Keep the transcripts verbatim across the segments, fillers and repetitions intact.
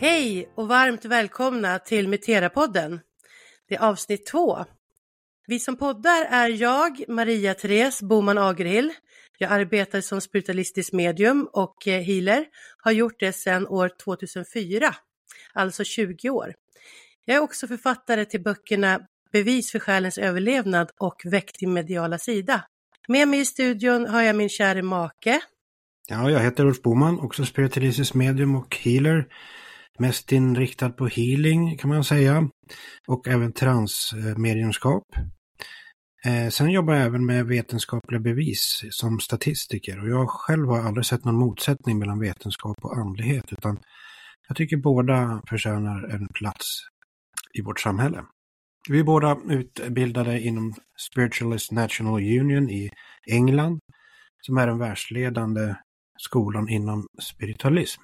Hej och varmt välkomna till Metera-podden. Det är avsnitt två. Vi som poddar är jag, Maria Therese Boman Agerhill. Jag arbetar som spiritualistisk medium och healer. Har gjort det sedan år tvåtusenfyra, alltså tjugo år. Jag är också författare till böckerna Bevis för själens överlevnad och Väck din mediala sida. Med mig i studion har jag min kära make. Ja, jag heter Ulf Boman, också spiritualistisk medium och healer. Mest inriktad på healing kan man säga. Och även transmediumskap. Eh, sen jobbar jag även med vetenskapliga bevis som statistiker. Och jag själv har aldrig sett någon motsättning mellan vetenskap och andlighet. Utan jag tycker båda förtjänar en plats i vårt samhälle. Vi är båda utbildade inom Spiritualist National Union i England. Som är den världsledande skolan inom spiritualism.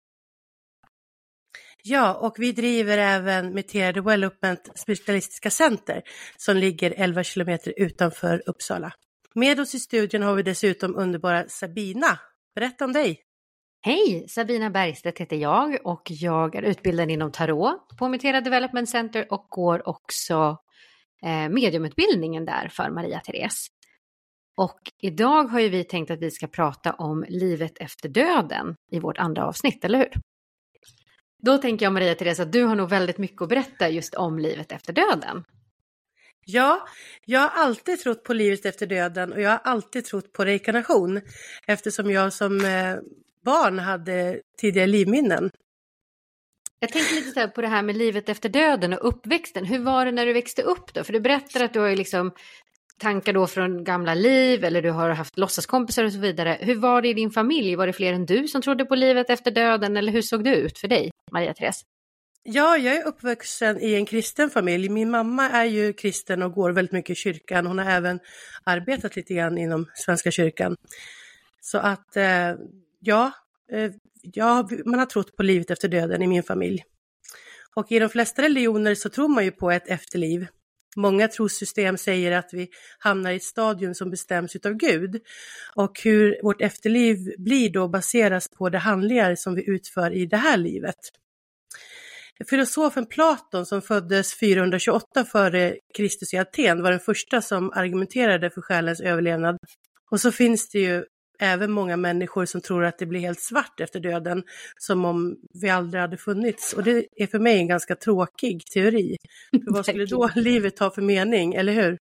Ja, och vi driver även Metera Development Spiritualistiska Center som ligger elva kilometer utanför Uppsala. Med oss i studion har vi dessutom underbara Sabina. Berätta om dig. Hej, Sabina Bergstedt heter jag och jag är utbildad inom tarot på Metera Development Center och går också eh, mediumutbildningen där för Maria Therese. Och idag har ju vi tänkt att vi ska prata om livet efter döden i vårt andra avsnitt, eller hur? Då tänker jag, Maria Therese, att du har nog väldigt mycket att berätta just om livet efter döden. Ja, jag har alltid trott på livet efter döden och jag har alltid trott på reinkarnation eftersom jag som eh, barn hade tidigare livminnen. Jag tänker lite så här på det här med livet efter döden och uppväxten. Hur var det när du växte upp då? För du berättar att du har liksom tankar då från gamla liv eller du har haft låtsaskompisar och så vidare. Hur var det i din familj? Var det fler än du som trodde på livet efter döden eller hur såg det ut för dig, Maria Therese? Ja, jag är uppvuxen i en kristen familj. Min mamma är ju kristen och går väldigt mycket i kyrkan. Hon har även arbetat lite grann inom Svenska kyrkan. Så att eh, ja, eh, ja, man har trott på livet efter döden i min familj. Och i de flesta religioner så tror man ju på ett efterliv. Många trossystem säger att vi hamnar i ett stadium som bestäms utav Gud. Och hur vårt efterliv blir då baseras på de handlingar som vi utför i det här livet. Filosofen Platon som föddes fyrahundratjugoåtta före Kristus i Aten var den första som argumenterade för själens överlevnad. Och så finns det ju även många människor som tror att det blir helt svart efter döden, som om vi aldrig hade funnits. Och det är för mig en ganska tråkig teori. För vad skulle då livet ha för mening, eller hur?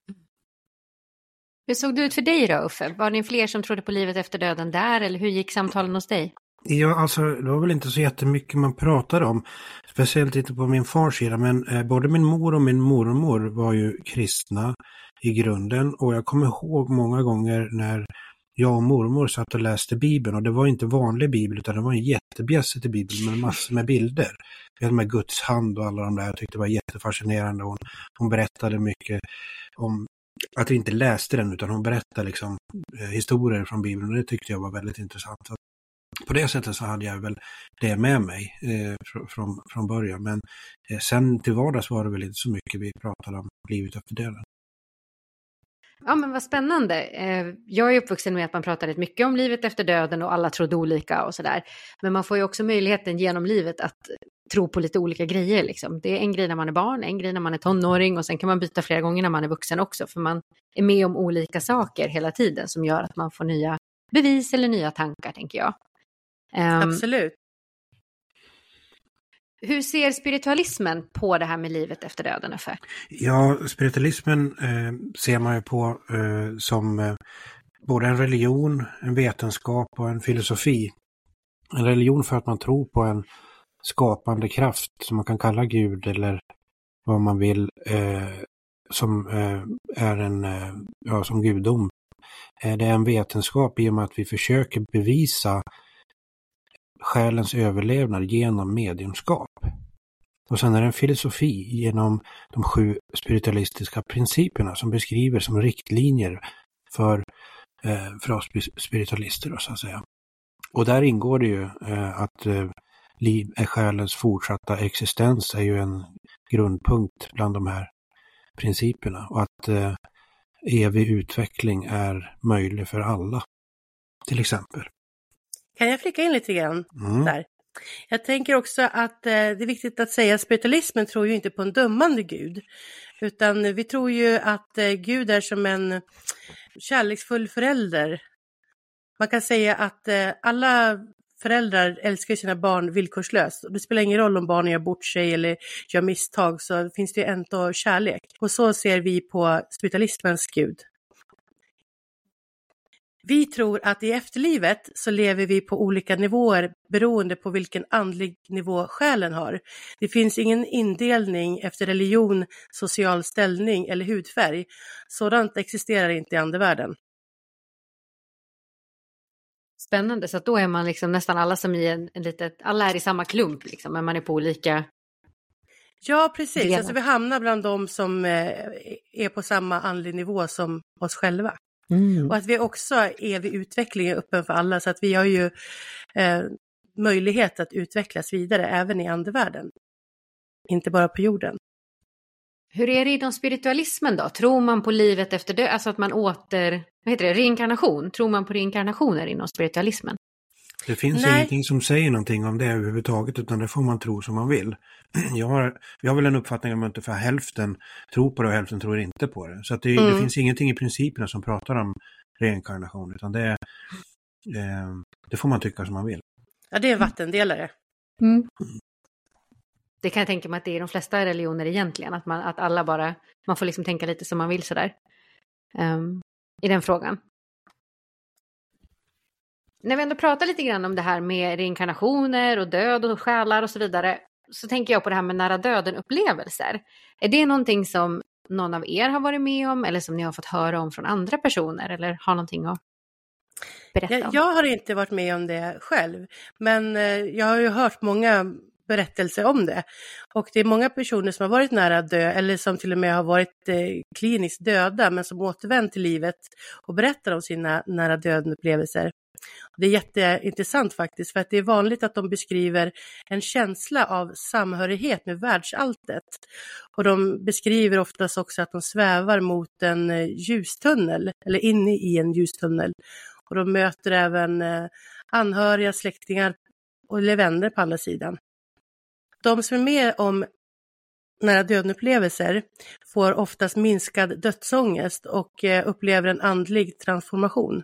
Hur såg det ut för dig då, Uffe? Var det fler som trodde på livet efter döden där, eller hur gick samtalen hos dig? Ja, alltså det var väl inte så jättemycket man pratade om. Speciellt inte på min fars sida, men eh, både min mor och min mormor var ju kristna i grunden. Och jag kommer ihåg många gånger när jag och mormor satt och läste Bibeln, och det var inte vanlig Bibel utan det var en jättebjässe till Bibeln med massor med bilder. Vi hade med Guds hand och alla de där, jag tyckte det var jättefascinerande. Hon, hon berättade mycket om att vi inte läste den utan hon berättade liksom eh, historier från Bibeln, och det tyckte jag var väldigt intressant. Så på det sättet så hade jag väl det med mig eh, fr- från, från början, men eh, sen till vardags var det väl inte så mycket vi pratade om livet efter döden. Ja, men vad spännande. Jag är uppvuxen med att man pratar rätt mycket om livet efter döden och alla trodde olika och sådär. Men man får ju också möjligheten genom livet att tro på lite olika grejer. Liksom. Det är en grej när man är barn, en grej när man är tonåring och sen kan man byta flera gånger när man är vuxen också. För man är med om olika saker hela tiden som gör att man får nya bevis eller nya tankar, tänker jag. Um, Absolut. Hur ser spiritualismen på det här med livet efter döden, Uffe? Ja, spiritualismen eh, ser man ju på eh, som eh, både en religion, en vetenskap och en filosofi. En religion för att man tror på en skapande kraft som man kan kalla Gud eller vad man vill, eh, som eh, är en eh, ja, som gudom. Eh, det är en vetenskap i och med att vi försöker bevisa själens överlevnad genom mediumskap. Och sen är det en filosofi genom de sju spiritualistiska principerna som beskriver som riktlinjer för, eh, för oss spiritualister, så att säga. Och där ingår det ju eh, att eh, liv är själens fortsatta existens är ju en grundpunkt bland de här principerna. Och att eh, evig utveckling är möjlig för alla, till exempel. Kan jag flika in lite grann Mm. där? Jag tänker också att eh, det är viktigt att säga att spiritualismen tror ju inte på en dömande Gud. Utan vi tror ju att eh, Gud är som en kärleksfull förälder. Man kan säga att eh, alla föräldrar älskar sina barn villkorslöst. Och det spelar ingen roll om barnen gör bort sig eller gör misstag, så finns det ju ändå kärlek. Och så ser vi på spiritualismens Gud. Vi tror att i efterlivet så lever vi på olika nivåer beroende på vilken andlig nivå själen har. Det finns ingen indelning efter religion, social ställning eller hudfärg. Sådant existerar inte i andevärlden. Spännande, så att då är man liksom nästan alla som i en, en litet, alla är i samma klump liksom, men man är på olika. Ja, precis. Alltså vi hamnar bland de som eh, är på samma andlig nivå som oss själva. Mm. Och att vi också är vid utvecklingen öppen för alla, så att vi har ju eh, möjlighet att utvecklas vidare även i andevärlden. Inte bara på jorden. Hur är det inom spiritualismen då? Tror man på livet efter död? Alltså att man åter, vad heter det, reinkarnation? Tror man på reinkarnationer inom spiritualismen? Det finns Nej. ingenting som säger någonting om det överhuvudtaget, utan det får man tro som man vill. Jag har, jag har väl en uppfattning om att ungefär hälften tror på det och hälften tror inte på det. Så att det, mm. det finns ingenting i principerna som pratar om reinkarnation, utan det, eh, det får man tycka som man vill. Ja, det är vattendelare. Mm. Mm. Det kan jag tänka mig att det är i de flesta religioner egentligen. Att, man, att alla bara, man får liksom tänka lite som man vill sådär. Um, I den frågan. När vi ändå pratar lite grann om det här med reinkarnationer och död och själar och så vidare, så tänker jag på det här med nära döden-upplevelser. Är det någonting som någon av er har varit med om eller som ni har fått höra om från andra personer eller har någonting att berätta om? Jag, jag har inte varit med om det själv, men jag har ju hört många berättelser om det. Och det är många personer som har varit nära att dö eller som till och med har varit eh, kliniskt döda men som återvänt till livet och berättar om sina nära döden-upplevelser. Det är jätteintressant faktiskt, för att det är vanligt att de beskriver en känsla av samhörighet med världsalltet. Och de beskriver oftast också att de svävar mot en ljustunnel eller inne i en ljustunnel. Och de möter även anhöriga, släktingar och vänner på andra sidan. De som är med om nära döden-upplevelser får oftast minskad dödsångest och upplever en andlig transformation.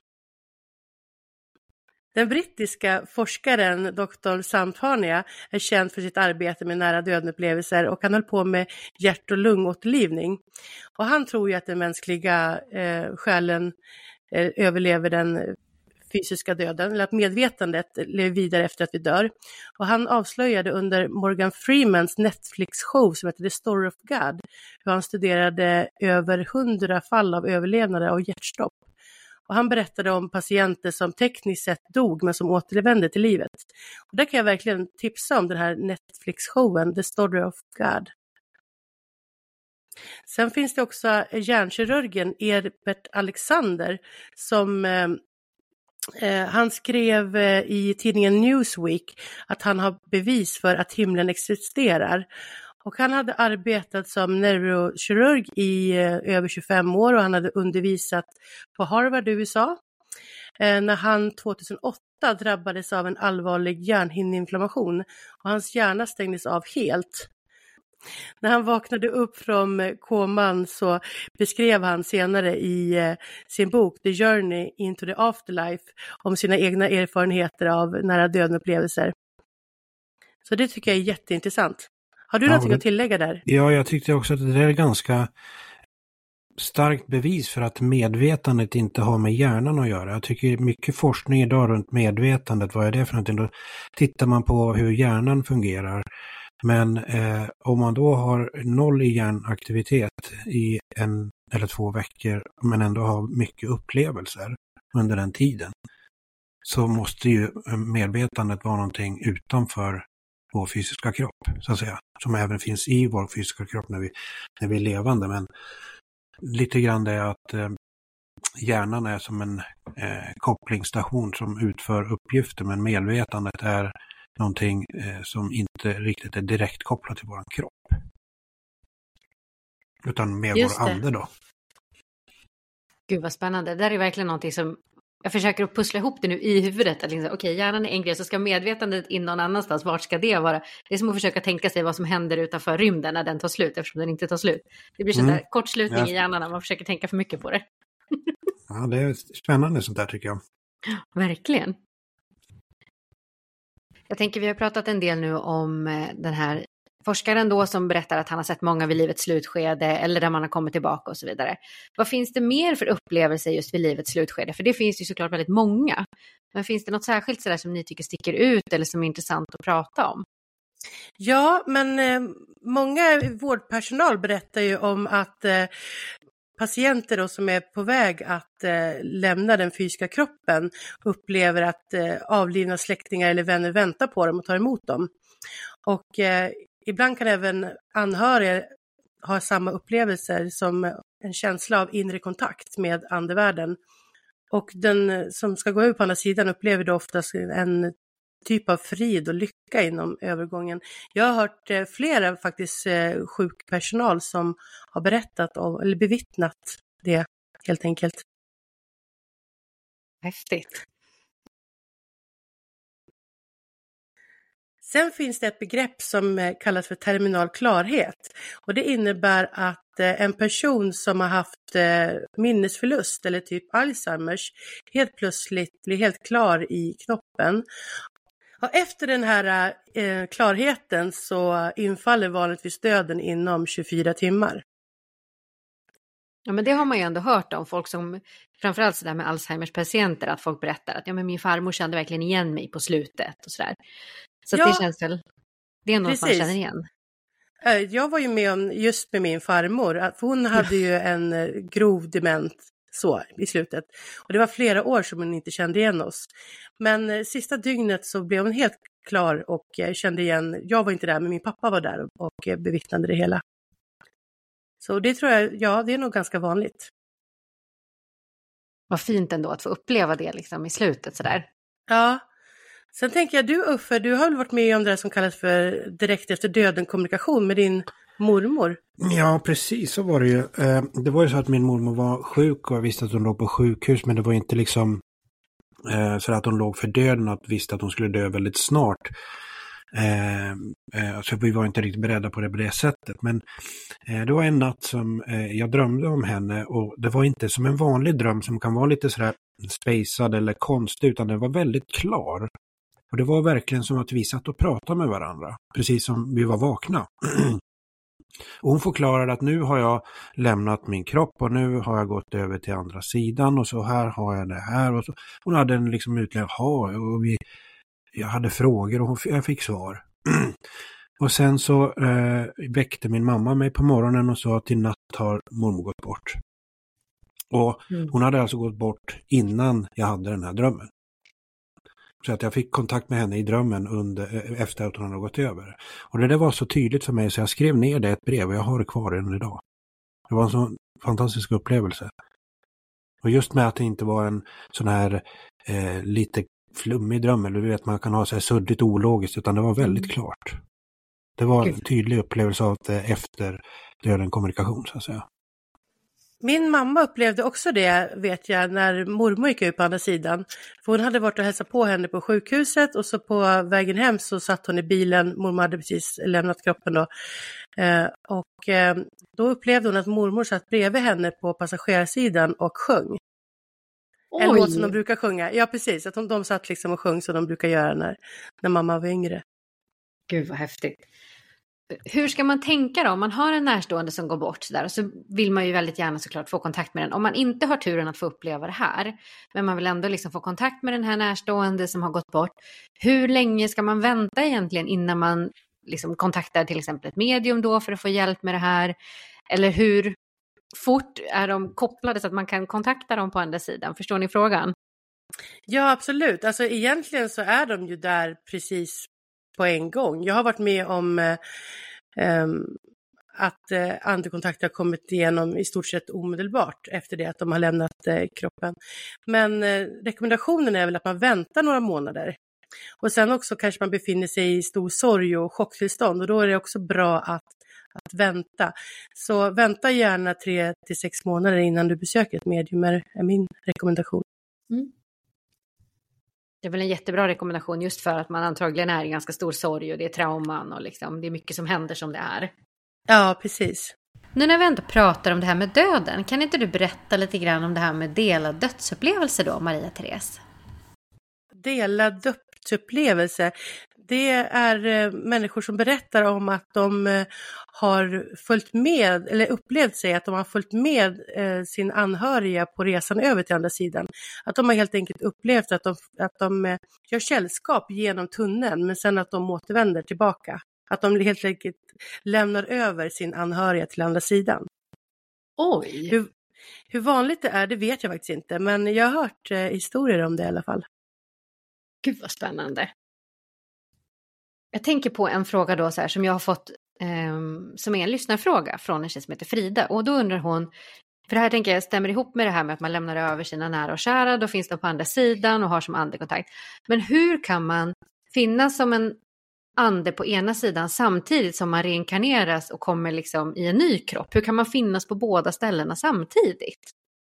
Den brittiska forskaren doktor Santania är känd för sitt arbete med nära döden-upplevelser och han höll på med hjärt- och lungåterlivning. Och han tror ju att den mänskliga eh, själen eh, överlever den fysiska döden, eller att medvetandet lever vidare efter att vi dör. Och han avslöjade under Morgan Freemans Netflix-show som heter The Story of God hur han studerade över hundra fall av överlevnade av hjärtstopp. Och han berättade om patienter som tekniskt sett dog men som återvände till livet. Och där kan jag verkligen tipsa om den här Netflix-showen The Story of God. Sen finns det också hjärnkirurgen Herbert Alexander som eh, eh, han skrev eh, i tidningen Newsweek att han har bevis för att himlen existerar. Och han hade arbetat som neurokirurg i eh, över tjugofem år och han hade undervisat på Harvard i U S A. Eh, när han tjugohundraåtta drabbades av en allvarlig hjärnhinneinflammation och hans hjärna stängdes av helt. När han vaknade upp från koman så beskrev han senare i eh, sin bok The Journey into the Afterlife om sina egna erfarenheter av nära döden-upplevelser. Så det tycker jag är jätteintressant. Har du ja, någonting att tillägga där? Ja, jag tyckte också att det är ganska starkt bevis för att medvetandet inte har med hjärnan att göra. Jag tycker mycket forskning idag runt medvetandet, vad är det för någonting? Då tittar man på hur hjärnan fungerar. Men eh, om man då har noll i hjärnaktivitet i en eller två veckor men ändå har mycket upplevelser under den tiden, så måste ju medvetandet vara någonting utanför vår fysiska kropp, så att säga, som även finns i vår fysiska kropp när vi, när vi är levande. Men lite grann det är att eh, hjärnan är som en eh, kopplingsstation som utför uppgifter, men medvetandet är någonting eh, som inte riktigt är direkt kopplat till vår kropp. Utan med Just vår det. ande då. Gud vad spännande. Det där är verkligen någonting som Jag försöker att pussla ihop det nu i huvudet. Liksom, okej, okay, hjärnan är en grej, så ska medvetandet in någon annanstans. Vart ska det vara? Det är som att försöka tänka sig vad som händer utanför rymden när den tar slut, eftersom den inte tar slut. Det blir sån där mm. kortslutning ja. i hjärnan när man försöker tänka för mycket på det. Ja, det är spännande sånt där tycker jag. Verkligen. Jag tänker, vi har pratat en del nu om den här forskaren då som berättar att han har sett många vid livets slutskede eller där man har kommit tillbaka och så vidare. Vad finns det mer för upplevelser just vid livets slutskede? För det finns ju såklart väldigt många. Men finns det något särskilt sådär som ni tycker sticker ut eller som är intressant att prata om? Ja, men eh, många vårdpersonal berättar ju om att eh, patienter då som är på väg att eh, lämna den fysiska kroppen upplever att eh, avlidna släktingar eller vänner väntar på dem och tar emot dem. Och eh, ibland kan även anhöriga ha samma upplevelser som en känsla av inre kontakt med andevärlden. Och den som ska gå över på andra sidan upplever då oftast en typ av frid och lycka inom övergången. Jag har hört eh, flera faktiskt eh, sjukpersonal som har berättat om, eller bevittnat det helt enkelt. Häftigt. Sen finns det ett begrepp som kallas för terminal klarhet. Och det innebär att en person som har haft minnesförlust eller typ Alzheimers helt plötsligt blir helt klar i knoppen. Och efter den här eh, klarheten så infaller vanligtvis döden inom tjugofyra timmar. Ja, men det har man ju ändå hört om folk som, framförallt så där med Alzheimers patienter, att folk berättar att ja, men min farmor kände verkligen igen mig på slutet och sådär. Så ja, det känns väl, det är något precis. Man känner igen. Jag var ju med om just med min farmor, för hon hade ju en grov dement så i slutet. Och det var flera år som hon inte kände igen oss. Men sista dygnet så blev hon helt klar och kände igen, jag var inte där men min pappa var där och bevittnade det hela. Så det tror jag, ja det är nog ganska vanligt. Vad fint ändå att få uppleva det liksom i slutet sådär. Ja. Sen tänker jag, du Uffe, du har väl varit med om det som kallas för direkt efter döden kommunikation med din mormor? Ja, precis så var det ju. Det var ju så att min mormor var sjuk och jag visste att hon låg på sjukhus, men det var inte liksom så att hon låg för döden och visste att hon skulle dö väldigt snart. Så vi var inte riktigt beredda på det på det sättet. Men det var en natt som jag drömde om henne och det var inte som en vanlig dröm som kan vara lite sådär spacad eller konstig, utan den var väldigt klar. Och det var verkligen som att vi satt och pratade med varandra, precis som vi var vakna. Och hon förklarade att nu har jag lämnat min kropp och nu har jag gått över till andra sidan och så här har jag det här. Och så. Hon hade en liksom utlägg, och vi, jag hade frågor och jag fick svar. Och sen så eh, väckte min mamma mig på morgonen och sa att i natt har mormor gått bort. Och mm. hon hade alltså gått bort innan jag hade den här drömmen. Så att jag fick kontakt med henne i drömmen under, efter att hon hade gått över. Och det där var så tydligt för mig så jag skrev ner det i ett brev och jag har det kvar än idag. Det var en sån fantastisk upplevelse. Och just med att det inte var en sån här eh, lite flummig dröm, eller du vet man kan ha så här suddigt ologiskt, utan det var väldigt mm. klart. Det var en tydlig upplevelse av det efter döden kommunikation så att säga. Min mamma upplevde också det, vet jag, när mormor gick ut på andra sidan. För hon hade varit och hälsat på henne på sjukhuset och så på vägen hem så satt hon i bilen. Mormor hade precis lämnat kroppen då. Eh, och eh, då upplevde hon att mormor satt bredvid henne på passagerarsidan och sjöng. Oj. En låt som de brukar sjunga. Ja, precis. Att de, de satt liksom och sjöng som de brukar göra när, när mamma var yngre. Gud vad häftigt. Hur ska man tänka då om man har en närstående som går bort så där, och så vill man ju väldigt gärna såklart få kontakt med den. Om man inte har turen att få uppleva det här, men man vill ändå liksom få kontakt med den här närstående som har gått bort. Hur länge ska man vänta egentligen innan man liksom kontaktar till exempel ett medium då för att få hjälp med det här? Eller hur fort är de kopplade så att man kan kontakta dem på andra sidan? Förstår ni frågan? Ja, absolut. Alltså egentligen så är de ju där precis på en gång. Jag har varit med om eh, eh, att eh, andekontakter har kommit igenom i stort sett omedelbart efter det att de har lämnat eh, kroppen. Men eh, rekommendationen är väl att man väntar några månader. Och sen också kanske man befinner sig i stor sorg och chocktillstånd, och då är det också bra att, att vänta. Så vänta gärna tre till sex månader innan du besöker ett medium är min rekommendation. Mm. Det är väl en jättebra rekommendation just för att man antagligen är i ganska stor sorg och det är trauman och liksom, det är mycket som händer som det är. Ja, precis. Nu när vi ändå pratar om det här med döden, kan inte du berätta lite grann om det här med delad dödsupplevelse då, Maria-Therese? Delad dödsupplevelse, det är eh, människor som berättar om att de eh, har följt med, eller upplevt sig att de har följt med eh, sin anhöriga på resan över till andra sidan. Att de har helt enkelt upplevt att de, att de eh, gör sällskap genom tunneln, men sen att de återvänder tillbaka. Att de helt enkelt lämnar över sin anhöriga till andra sidan. Oj! Hur, hur vanligt det är, det vet jag faktiskt inte. Men jag har hört eh, historier om det i alla fall. Gud vad spännande. Jag tänker på en fråga då så här, som jag har fått eh, som är en lyssnarfråga från en tjej som heter Frida. Och då undrar hon, för det här tänker jag stämmer ihop med det här med att man lämnar över sina nära och kära. Då finns de på andra sidan och har som andekontakt. Men hur kan man finnas som en ande på ena sidan samtidigt som man reinkarneras och kommer liksom i en ny kropp? Hur kan man finnas på båda ställena samtidigt?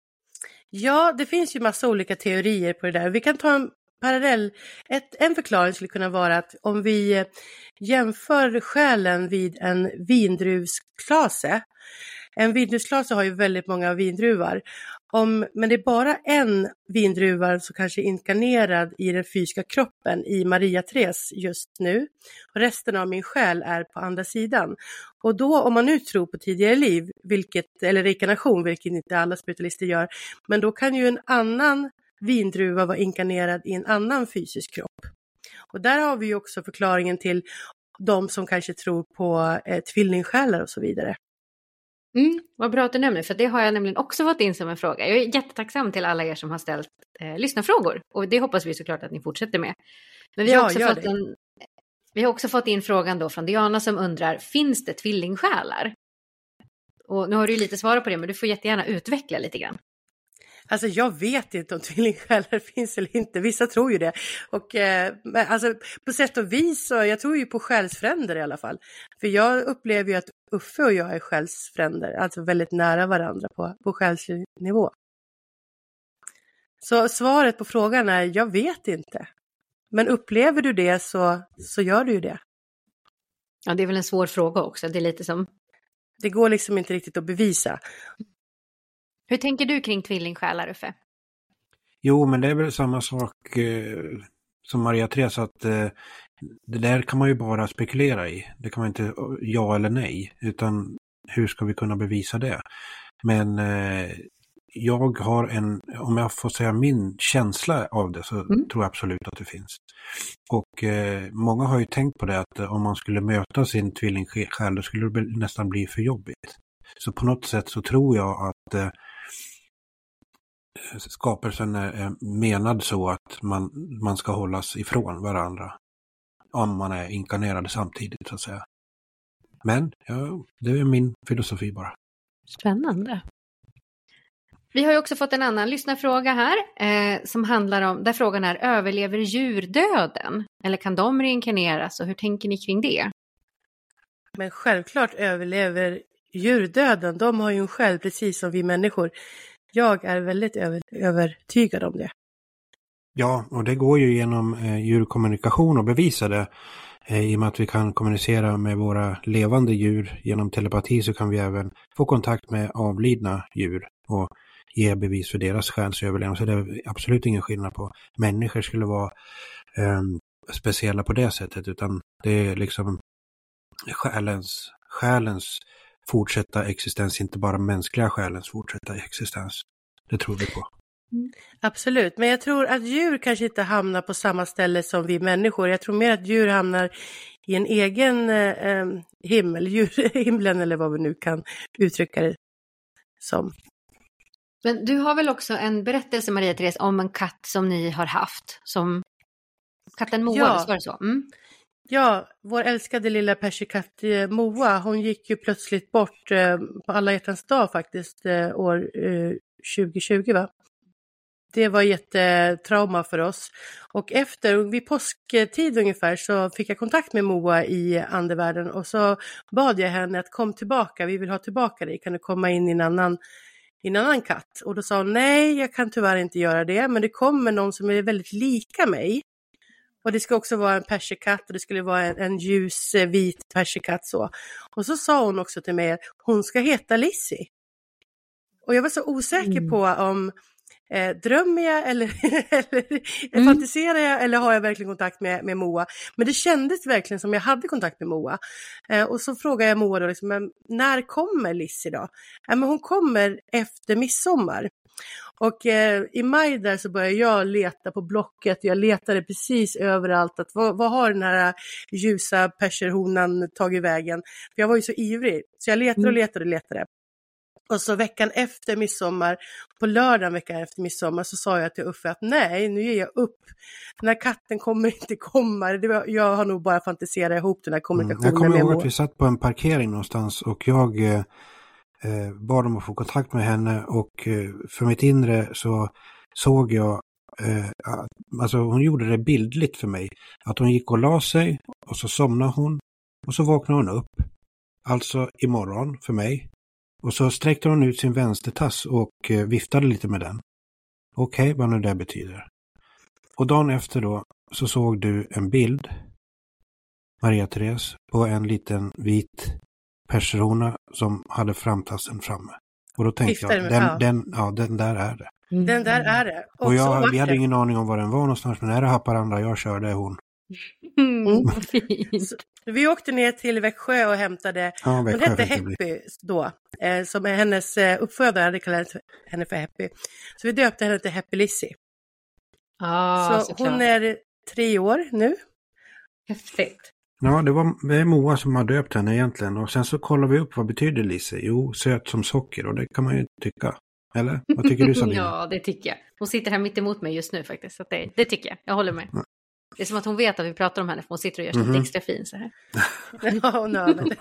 Ja, det finns ju massa olika teorier på det där. Vi kan ta en parallell. Ett, en förklaring skulle kunna vara att om vi jämför själen vid en vindruvsklase. En vindruvsklase har ju väldigt många vindruvar. Om, men det är bara en vindruva som kanske är inkarnerad i den fysiska kroppen i Maria-Therese just nu. Och resten av min själ är på andra sidan. Och då om man nu tror på tidigare liv, vilket, eller reinkarnation, vilket inte alla spiritualister gör. Men då kan ju en annan vindruva vara inkarnerad i en annan fysisk kropp. Och där har vi ju också förklaringen till de som kanske tror på eh, tvillingsjälar och så vidare. Mm, vad bra att du nämner, för det har jag nämligen också fått in som en fråga. Jag är jättetacksam till alla er som har ställt eh, lyssnarfrågor. Och det hoppas vi såklart att ni fortsätter med. Men vi har, ja, också fått en, vi har också fått in frågan då från Diana som undrar, finns det tvillingsjälar? Och nu har du ju lite svarat på det, men du får jättegärna utveckla lite grann. Alltså jag vet inte om tvillingsjälar finns eller inte. Vissa tror ju det. Och eh, alltså på sätt och vis så jag tror ju på själsfränder i alla fall. För jag upplever ju att Uffe och jag är själsfränder. Alltså väldigt nära varandra på, på själslig nivå. Så svaret på frågan är, jag vet inte. Men upplever du det så, så gör du ju det. Ja, det är väl en svår fråga också. Det är lite som... Det går liksom inte riktigt att bevisa. Hur tänker du kring tvillingsjälar, Uffe? Jo, men det är väl samma sak eh, som Maria-Therese, att eh, det där kan man ju bara spekulera i. Det kan man inte ja eller nej, utan hur ska vi kunna bevisa det? Men eh, jag har en, om jag får säga min känsla av det, så mm. tror jag absolut att det finns. Och eh, många har ju tänkt på det, att eh, om man skulle möta sin tvillingsjäl, då skulle det nästan bli för jobbigt. Så på något sätt så tror jag att eh, skapelsen är menad så att man, man ska hållas ifrån varandra om man är inkarnerade samtidigt, så att säga. Men ja, det är min filosofi bara. Spännande. Vi har ju också fått en annan lyssnarfråga här eh, som handlar om, där frågan är, överlever djur döden? Eller kan de reinkarneras och hur tänker ni kring det? Men självklart överlever djur döden. De har ju en själ precis som vi människor. Jag är väldigt över, övertygad om det. Ja, och det går ju genom eh, djurkommunikation och bevisa det. Eh, I och med att vi kan kommunicera med våra levande djur genom telepati, så kan vi även få kontakt med avlidna djur och ge bevis för deras själsöverlevnad. Så det är absolut ingen skillnad på människor skulle vara eh, speciella på det sättet, utan det är liksom själens, själens fortsätta existens, inte bara mänskliga själens fortsätta existens. Det tror vi på. Mm. Absolut, men jag tror att djur kanske inte hamnar på samma ställe som vi människor. Jag tror mer att djur hamnar i en egen eh, himmel, djurhimlen eller vad vi nu kan uttrycka det som. Men du har väl också en berättelse, Maria-Therese, om en katt som ni har haft, som katten Moa, ja. var det så? Mm. Ja, vår älskade lilla persikatt eh, Moa, hon gick ju plötsligt bort eh, på alla hjärtans dag faktiskt eh, år eh, tjugo tjugo, va? Det var jättetrauma för oss. Och efter, vid påsktid ungefär, så fick jag kontakt med Moa i andevärlden och så bad jag henne att kom tillbaka, vi vill ha tillbaka dig, kan du komma in i en annan i en annan katt. Och då sa hon, nej jag kan tyvärr inte göra det, men det kommer någon som är väldigt lika mig. Och det ska också vara en perserkatt och det skulle vara en, en ljus vit perserkatt så. Och så sa hon också till mig att hon ska heta Lizzie. Och jag var så osäker mm. på om eh, drömmer jag eller, eller mm. fantiserar jag eller har jag verkligen kontakt med, med Moa. Men det kändes verkligen som jag hade kontakt med Moa. Eh, och så frågade jag Moa då, liksom, men när kommer Lizzie då? Eh, men hon kommer efter midsommar. Och eh, i maj där så började jag leta på Blocket. Jag letade precis överallt. Att vad, vad har den här ljusa perserhonan tagit vägen? För jag var ju så ivrig. Så jag letade och letade och letade. Och så veckan efter midsommar, på lördagen veckan efter midsommar så sa jag till Uffe att nej, nu ger jag upp. Den här katten kommer inte komma. Det var, jag har nog bara fantiserat ihop den här kommunikationen. Mm, jag kommer med ihåg Moa. Att vi satt på en parkering någonstans och jag eh, bad om att få kontakt med henne och eh, för mitt inre så såg jag, eh, alltså hon gjorde det bildligt för mig. Att hon gick och la sig och så somnade hon och så vaknade hon upp. Alltså imorgon för mig. Och så sträckte hon ut sin vänstertass och eh, viftade lite med den. Okej, okay, vad nu det betyder. Och dagen efter då så såg du en bild, Maria Therese, på en liten vit perserona som hade framtassen framme. Och då tänkte jag, den, ja. Den, ja, den där är det. Mm. Den där är det. Och, och jag, vi hade ingen aning om var den var någonstans, men är det Haparanda jag körde hon. Mm, fint. Vi åkte ner till Växjö och hämtade, ja, Växjö hon hette Happy då, eh, som är hennes eh, uppfödare hade kallat henne för Happy. Så vi döpte henne till Happy Lizzie. Ah, så hon är tre år nu. Häftigt. Ja, det var det är Moa som har döpt henne egentligen. Och sen så kollar vi upp vad betyder Lizzie. Jo, söt som socker, och det kan man ju tycka. Eller? Vad tycker du, Sabina? Ja, det tycker jag. Hon sitter här mitt emot mig just nu faktiskt. Så det, det tycker jag. Jag håller med. Ja. Det är som att hon vet att vi pratar om henne, för hon sitter och gör sig mm-hmm. lite extra fin så här. Ja, no,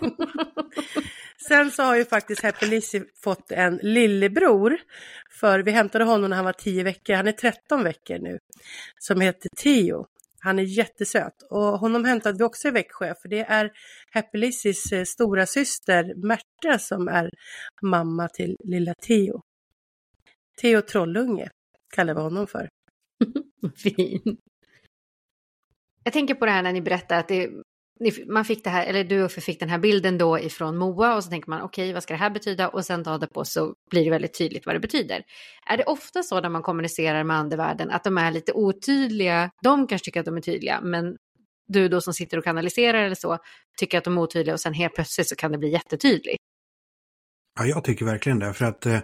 sen så har ju faktiskt Happy Lizzie fått en lillebror. För vi hämtade honom när han var tio veckor. Han är tretton veckor nu. Som heter Theo. Han är jättesöt. Och honom hämtade vi också i Växjö. För det är Happy Lizzies stora syster Märta som är mamma till lilla Theo. Theo Trollunge kallar vi honom för. Fin. Jag tänker på det här när ni berättar att det, man fick det här, eller du och fick den här bilden då ifrån Moa, och så tänker man okej, okay, vad ska det här betyda? Och sen dagen på så blir det väldigt tydligt vad det betyder. Är det ofta så när man kommunicerar med andevärlden att de är lite otydliga? De kanske tycker att de är tydliga, men du då som sitter och kanaliserar eller så tycker att de är otydliga, och sen helt plötsligt så kan det bli jättetydligt. Ja, jag tycker verkligen det, för att eh,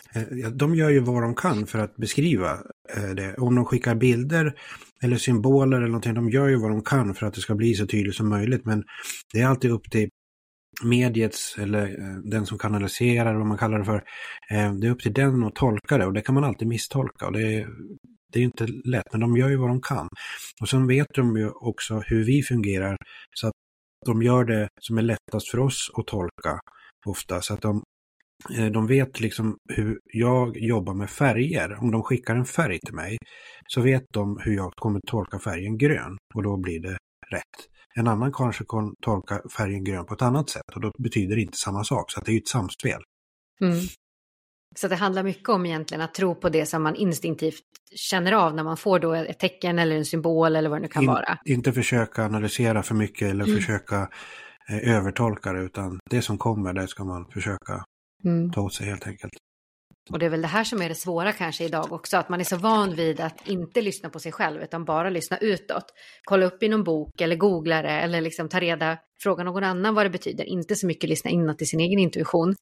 de gör ju vad de kan för att beskriva eh, det. Om de skickar bilder eller symboler eller någonting, de gör ju vad de kan för att det ska bli så tydligt som möjligt, men det är alltid upp till mediets eller eh, den som kanaliserar, vad man kallar det för, eh, det är upp till den att tolka det, och det kan man alltid misstolka, och det är, det är ju inte lätt, men de gör ju vad de kan. Och sen vet de ju också hur vi fungerar, så att de gör det som är lättast för oss att tolka ofta, så att de De vet liksom hur jag jobbar med färger. Om de skickar en färg till mig så vet de hur jag kommer tolka färgen grön, och då blir det rätt. En annan kanske kan tolka färgen grön på ett annat sätt, och då betyder det inte samma sak, så att det är ju ett samspel. Mm. Så det handlar mycket om egentligen att tro på det som man instinktivt känner av när man får då ett tecken eller en symbol eller vad det nu kan In, vara. Inte försöka analysera för mycket eller mm. försöka eh, övertolka det, utan det som kommer, det ska man försöka Mm. ta åt sig helt enkelt. Och det är väl det här som är det svåra kanske idag också, att man är så van vid att inte lyssna på sig själv utan bara lyssna utåt. Kolla upp i någon bok eller googla det, eller liksom ta reda, fråga någon annan vad det betyder. Inte så mycket lyssna inåt i sin egen intuition.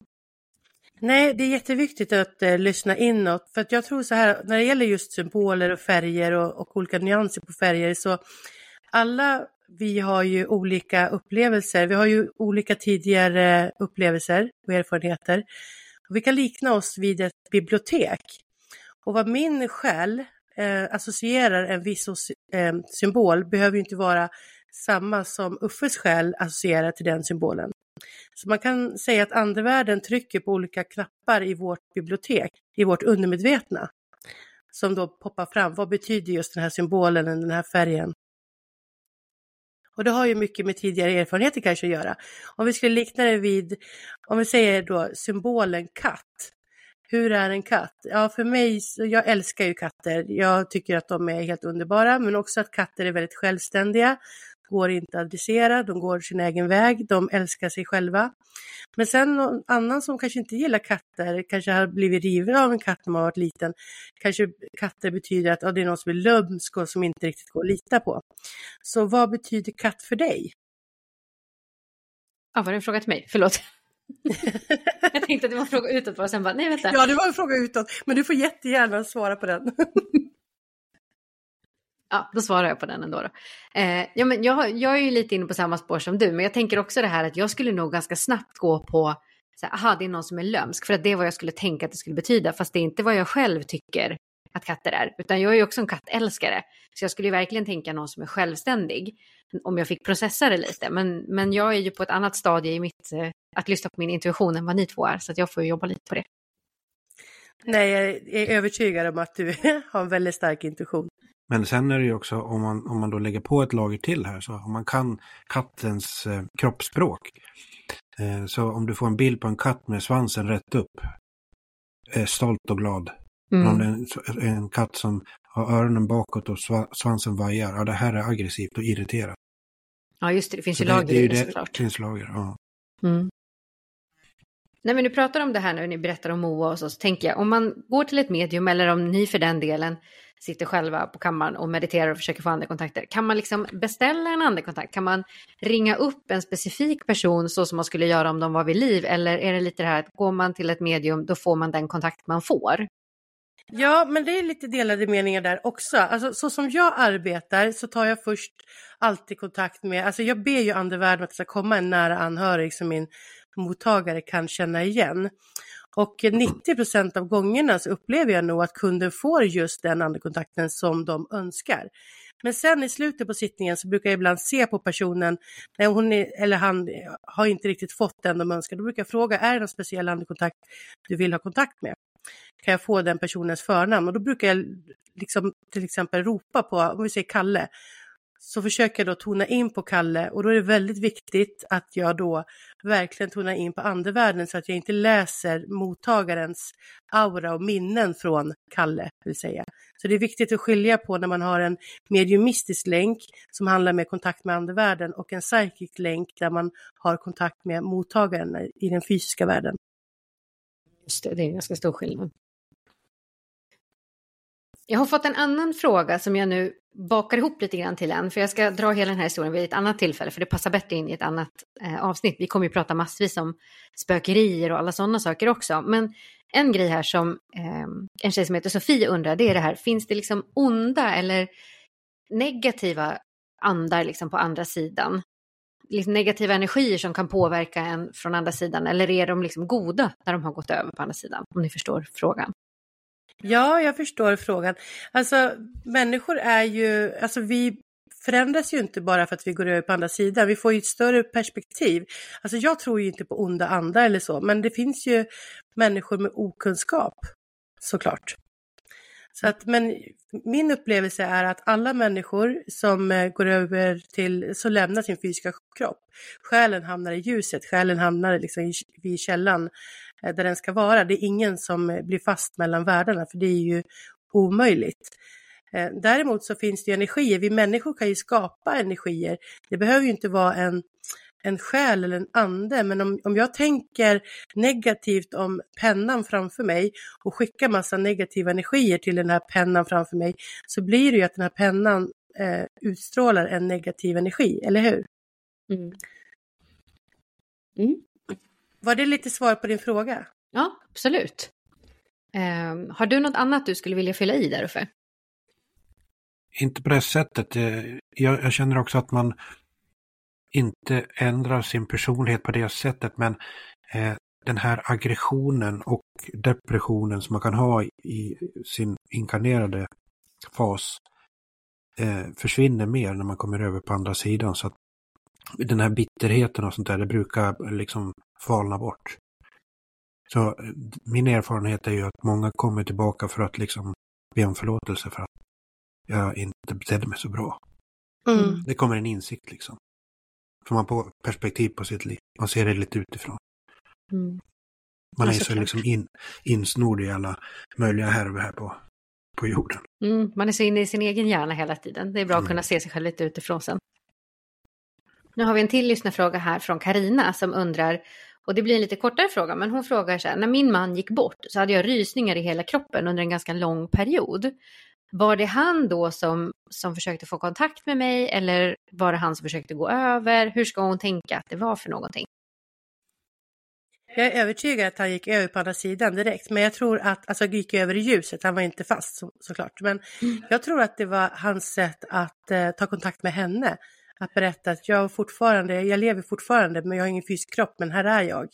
Nej, det är jätteviktigt att uh, lyssna inåt, för att jag tror så här, när det gäller just symboler och färger och, och olika nyanser på färger, så alla vi har ju olika upplevelser. Vi har ju olika tidigare upplevelser och erfarenheter. Och vi kan likna oss vid ett bibliotek. Och vad min själ eh, associerar en viss eh, symbol behöver ju inte vara samma som Uffes själ associerar till den symbolen. Så man kan säga att andevärlden trycker på olika knappar i vårt bibliotek, i vårt undermedvetna. Som då poppar fram. Vad betyder just den här symbolen, den här färgen? Och det har ju mycket med tidigare erfarenheter kanske att göra. Om vi skulle likna det vid, om vi säger då symbolen katt. hur är en katt? Ja, för mig, jag älskar ju katter. Jag tycker att de är helt underbara, men också att katter är väldigt självständiga. Går inte att dressera, de går sin egen väg, de älskar sig själva. Men sen någon annan som kanske inte gillar katter, kanske har blivit riven av en katt när man har varit liten. Kanske katter betyder att ja, det är någon som är lömsk och som inte riktigt går att lita på. Så vad betyder katt för dig? Ja, var det en fråga till mig? Förlåt. Jag tänkte att det var en fråga utåt och sen bara, nej vänta. Ja, det var en fråga utåt, men du får jättegärna svara på den. Ja, då svarar jag på den ändå. Då. Eh, ja, men jag, jag är ju lite inne på samma spår som du, men jag tänker också det här att jag skulle nog ganska snabbt gå på, så här, aha, det är någon som är lömsk, för att det är vad jag skulle tänka att det skulle betyda, fast det är inte vad jag själv tycker att katter är, utan jag är ju också en kattälskare, så jag skulle ju verkligen tänka någon som är självständig, om jag fick processa det lite, men, men jag är ju på ett annat stadie i mitt, eh, att lyssna på min intuition än vad ni två är, så att jag får jobba lite på det. Nej, jag är övertygad om att du har en väldigt stark intuition. Men sen är det ju också, om man, om man då lägger på ett lager till här, så om man kan kattens eh, kroppsspråk. Eh, så om du får en bild på en katt med svansen rätt upp, är stolt och glad. Mm. Om det är en, en katt som har öronen bakåt och svansen vajar, ja det här är aggressivt och irriterat. Ja just det, det finns så ju det, lager det, i det, det såklart. Det finns lager, ja. Mm. Nej men du pratar om det här när ni berättar om Moa och så, så tänker jag, om man går till ett medium eller om ni för den delen sitter själva på kammaren och mediterar och försöker få andekontakter, kan man liksom beställa en andekontakt? Kan man ringa upp en specifik person så som man skulle göra om de var vid liv? Eller är det lite det här att går man till ett medium då får man den kontakt man får? Ja, men det är lite delade meningar där också. Alltså, så som jag arbetar så tar jag först alltid kontakt med, alltså jag ber ju andevärlden att det ska komma en nära anhörig som min mottagare kan känna igen. Och nittio procent av gångerna så upplever jag nog att kunden får just den andekontakten som de önskar. Men sen i slutet på sittningen så brukar jag ibland se på personen när hon är, eller han har inte riktigt fått den de önskar. Då brukar jag fråga, är det någon speciell andekontakt du vill ha kontakt med? Kan jag få den personens förnamn? Och då brukar jag liksom, till exempel ropa på, om vi säger Kalle. Så försöker jag då tona in på Kalle, och då är det väldigt viktigt att jag då verkligen tonar in på andevärlden så att jag inte läser mottagarens aura och minnen från Kalle, vill säga. Så det är viktigt att skilja på när man har en mediumistisk länk som handlar med kontakt med andevärlden och en psychic länk där man har kontakt med mottagaren i den fysiska världen. Just det, det är en ganska stor skillnad. Jag har fått en annan fråga som jag nu bakar ihop lite grann till en. För jag ska dra hela den här historien vid ett annat tillfälle. För det passar bättre in i ett annat eh, avsnitt. Vi kommer ju prata massvis om spökerier och alla sådana saker också. Men en grej här som eh, en tjej som heter Sofie undrar. Det är det här. Finns det liksom onda eller negativa andar liksom på andra sidan? Liksom negativa energier som kan påverka en från andra sidan. Eller är de liksom goda när de har gått över på andra sidan? Om ni förstår frågan. Ja, jag förstår frågan. Alltså människor är ju, alltså vi förändras ju inte bara för att vi går över på andra sidan. Vi får ju ett större perspektiv. Alltså jag tror ju inte på onda andar eller så, men det finns ju människor med okunskap, såklart. Så att, men min upplevelse är att alla människor som går över till, så lämnar sin fysiska kropp. Själen hamnar i ljuset, själen hamnar liksom vid källan där den ska vara. Det är ingen som blir fast mellan världarna, för det är ju omöjligt. Däremot så finns det ju energier. Vi människor kan ju skapa energier. Det behöver ju inte vara en, en själ eller en ande. Men om, om jag tänker negativt om pennan framför mig och skickar massa negativa energier till den här pennan framför mig, så blir det ju att den här pennan eh, utstrålar en negativ energi, eller hur? Mm. Mm. Var det lite svar på din fråga? Ja, absolut. Um, har du något annat du skulle vilja fylla i där uppe? Inte på det sättet. Jag, jag känner också att man inte ändrar sin personlighet på det sättet, men eh, den här aggressionen och depressionen som man kan ha i sin inkarnerade fas eh, försvinner mer när man kommer över på andra sidan, så att den här bitterheten och sånt där, det brukar liksom falna bort. Så min erfarenhet är ju att många kommer tillbaka för att liksom be om förlåtelse för att jag inte betedde mig så bra. Mm. Det kommer en insikt liksom. För man får perspektiv på sitt liv. Man ser det lite utifrån. Mm. Man Ja, är så såklart. liksom in, insnord i alla möjliga härvor här på, på jorden. Mm, man är så inne i sin egen hjärna hela tiden. Det är bra Mm. att kunna se sig själv lite utifrån sen. Nu har vi en till lyssnarfråga här från Karina som undrar, och det blir en lite kortare fråga, men hon frågar så här: när min man gick bort så hade jag rysningar i hela kroppen under en ganska lång period. Var det han då som, som försökte få kontakt med mig, eller var det han som försökte gå över? Hur ska hon tänka att det var för någonting? Jag är övertygad att han gick över på andra sidan direkt. Men jag tror att, alltså gick över i ljuset, han var inte fast så, såklart. Men Mm. jag tror att det var hans sätt att eh, ta kontakt med henne. Att berätta att jag fortfarande, jag lever fortfarande men jag har ingen fysisk kropp, men här är jag.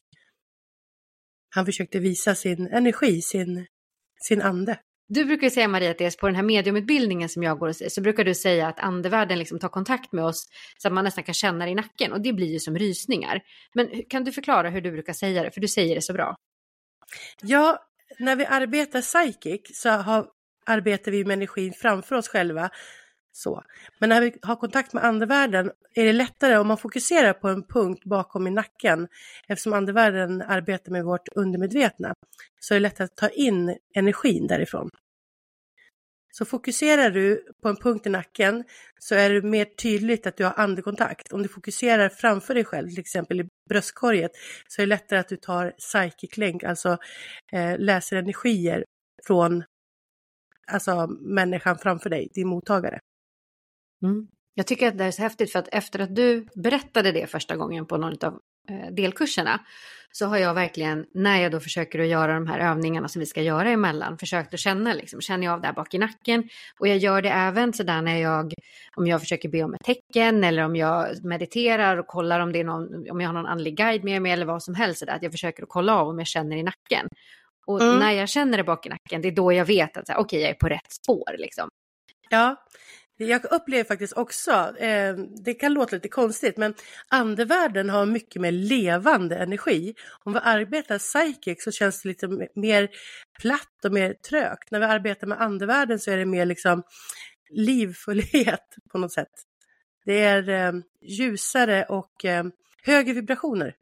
Han försökte visa sin energi, sin, sin ande. Du brukar säga, Maria, att det är på den här mediumutbildningen som jag går och säger, så brukar du säga att andevärlden liksom tar kontakt med oss så att man nästan kan känna det i nacken, och det blir ju som rysningar. Men kan du förklara hur du brukar säga det, för du säger det så bra. Ja, när vi arbetar psychic så har, arbetar vi med energin framför oss själva. Så. Men när vi har kontakt med andevärlden är det lättare om man fokuserar på en punkt bakom i nacken. Eftersom andevärlden arbetar med vårt undermedvetna så är det lättare att ta in energin därifrån. Så fokuserar du på en punkt i nacken så är det mer tydligt att du har andekontakt. Om du fokuserar framför dig själv, till exempel i bröstkorget, så är det lättare att du tar psychic link, alltså eh, läser energier från alltså, människan framför dig, din mottagare. Mm. Jag tycker att det är så häftigt, för att efter att du berättade det första gången på någon av eh, delkurserna, så har jag verkligen, när jag då försöker att göra de här övningarna som vi ska göra emellan, försökt att känna, liksom, känner jag av där bak i nacken. Och jag gör det även så där när jag, om jag försöker be om ett tecken, eller om jag mediterar och kollar om det är någon, om jag har någon andlig guide med mig eller vad som helst, så där, att jag försöker att kolla av om jag känner i nacken. Och Mm. när jag känner det bak i nacken, det är då jag vet att okej, okay, jag är på rätt spår liksom. Ja, jag upplever faktiskt också, eh, det kan låta lite konstigt, men andevärlden har mycket mer levande energi. Om vi arbetar psychic så känns det lite mer platt och mer trögt. När vi arbetar med andevärlden så är det mer liksom livfullhet på något sätt. Det är eh, ljusare och eh, högre vibrationer.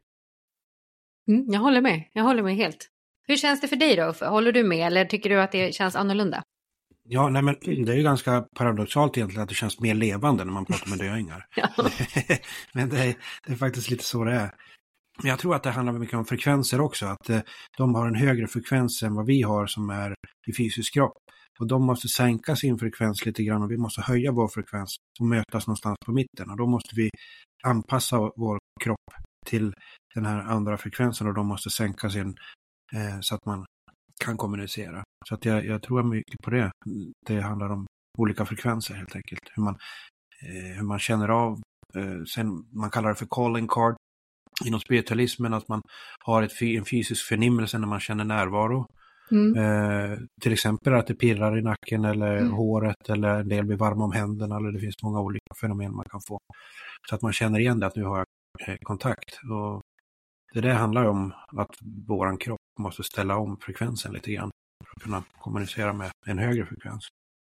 Mm, jag håller med, jag håller med helt. Hur känns det för dig då? Håller du med, eller tycker du att det känns annorlunda? Ja, nej, men det är ju ganska paradoxalt egentligen att det känns mer levande när man pratar med döingar. Ja. Men det är, det är faktiskt lite så det är. Jag tror att det handlar mycket om frekvenser också. Att eh, de har en högre frekvens än vad vi har som är i fysisk kropp. Och de måste sänka sin frekvens lite grann, och vi måste höja vår frekvens och mötas någonstans på mitten. Och då måste vi anpassa vår kropp till den här andra frekvensen, och de måste sänka sin eh, så att man kan kommunicera. Så att jag, jag tror mycket på det. Det handlar om olika frekvenser helt enkelt. Hur man, eh, hur man känner av. Eh, sen man kallar det för calling card inom spiritualismen, att man har ett, en fysisk förnimmelse när man känner närvaro. Mm. Eh, till exempel att det pirrar i nacken eller mm. håret, eller en del blir varma om händerna, eller det finns många olika fenomen man kan få. Så att man känner igen det, att nu har jag eh, kontakt. Och det där handlar om att våran kropp måste ställa om frekvensen lite grann för att kunna kommunicera med en högre frekvens.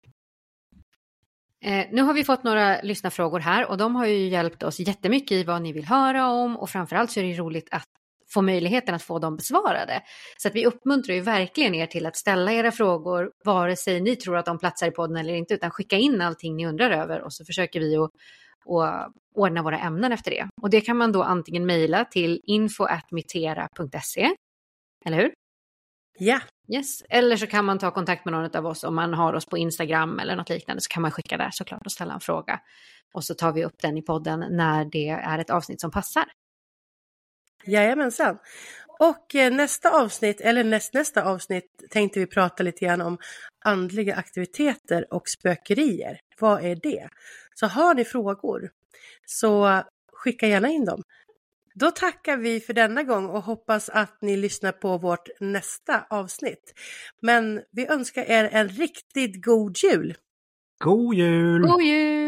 Eh, nu har vi fått några lyssnarfrågor här, och de har ju hjälpt oss jättemycket i vad ni vill höra om, och framförallt så är det roligt att få möjligheten att få dem besvarade. Så att vi uppmuntrar ju verkligen er till att ställa era frågor, vare sig ni tror att de platsar i podden eller inte, utan skicka in allting ni undrar över, och så försöker vi att och ordna våra ämnen efter det. Och det kan man då antingen mejla till info at mitera punkt se, eller hur? Ja. Yes. Eller så kan man ta kontakt med någon av oss, om man har oss på Instagram eller något liknande, så kan man skicka där såklart och ställa en fråga. Och så tar vi upp den i podden när det är ett avsnitt som passar. Jajamensan. Och eh, nästa avsnitt, eller näst, nästa avsnitt, tänkte vi prata lite grann om andliga aktiviteter och spökerier. Vad är det? Så har ni frågor så skicka gärna in dem. Då tackar vi för denna gång och hoppas att ni lyssnar på vårt nästa avsnitt. Men vi önskar er en riktigt god jul. God jul! God jul!